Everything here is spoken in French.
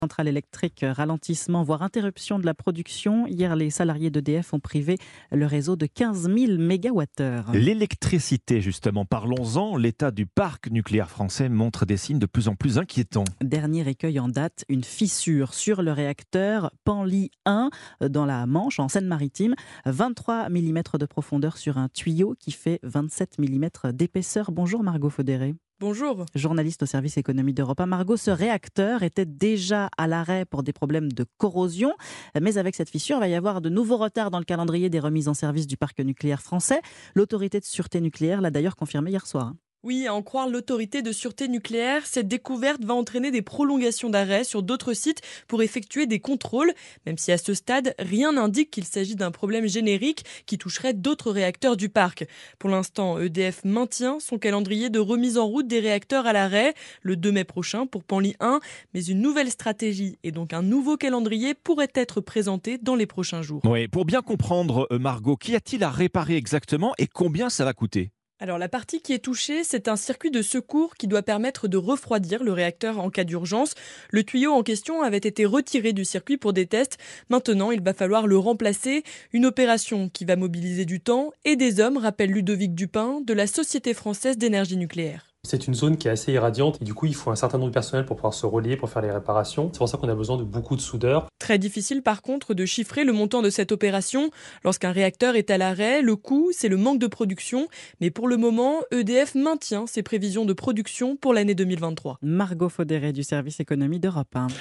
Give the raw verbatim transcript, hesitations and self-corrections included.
Centrale électrique, ralentissement, voire interruption de la production. Hier, les salariés d'E D F ont privé le réseau de quinze mille mégawattheures. L'électricité, justement, parlons-en. L'état du parc nucléaire français montre des signes de plus en plus inquiétants. Dernier écueil en date, une fissure sur le réacteur Penly un dans la Manche, en Seine-Maritime. vingt-trois millimètres de profondeur sur un tuyau qui fait vingt-sept millimètres d'épaisseur. Bonjour Margot Faudéré. Bonjour. Journaliste au service économie d'Europe un. Margot, ce réacteur était déjà à l'arrêt pour des problèmes de corrosion. Mais avec cette fissure, il va y avoir de nouveaux retards dans le calendrier des remises en service du parc nucléaire français. L'autorité de sûreté nucléaire l'a d'ailleurs confirmé hier soir. Oui, à en croire l'autorité de sûreté nucléaire, cette découverte va entraîner des prolongations d'arrêt sur d'autres sites pour effectuer des contrôles, même si à ce stade, rien n'indique qu'il s'agit d'un problème générique qui toucherait d'autres réacteurs du parc. Pour l'instant, E D F maintient son calendrier de remise en route des réacteurs à l'arrêt, le deux mai prochain pour Penly un, mais une nouvelle stratégie et donc un nouveau calendrier pourrait être présenté dans les prochains jours. Oui, pour bien comprendre, Margot, qu'y a-t-il à réparer exactement et combien ça va coûter ? Alors la partie qui est touchée, c'est un circuit de secours qui doit permettre de refroidir le réacteur en cas d'urgence. Le tuyau en question avait été retiré du circuit pour des tests. Maintenant, il va falloir le remplacer. Une opération qui va mobiliser du temps et des hommes, rappelle Ludovic Dupin de la Société française d'énergie nucléaire. C'est une zone qui est assez irradiante et du coup il faut un certain nombre de personnel pour pouvoir se relier, pour faire les réparations. C'est pour ça qu'on a besoin de beaucoup de soudeurs. Très difficile par contre de chiffrer le montant de cette opération. Lorsqu'un réacteur est à l'arrêt, le coût c'est le manque de production. Mais pour le moment, E D F maintient ses prévisions de production pour l'année deux mille vingt-trois. Margot Faudéré du service économie d'Europe un.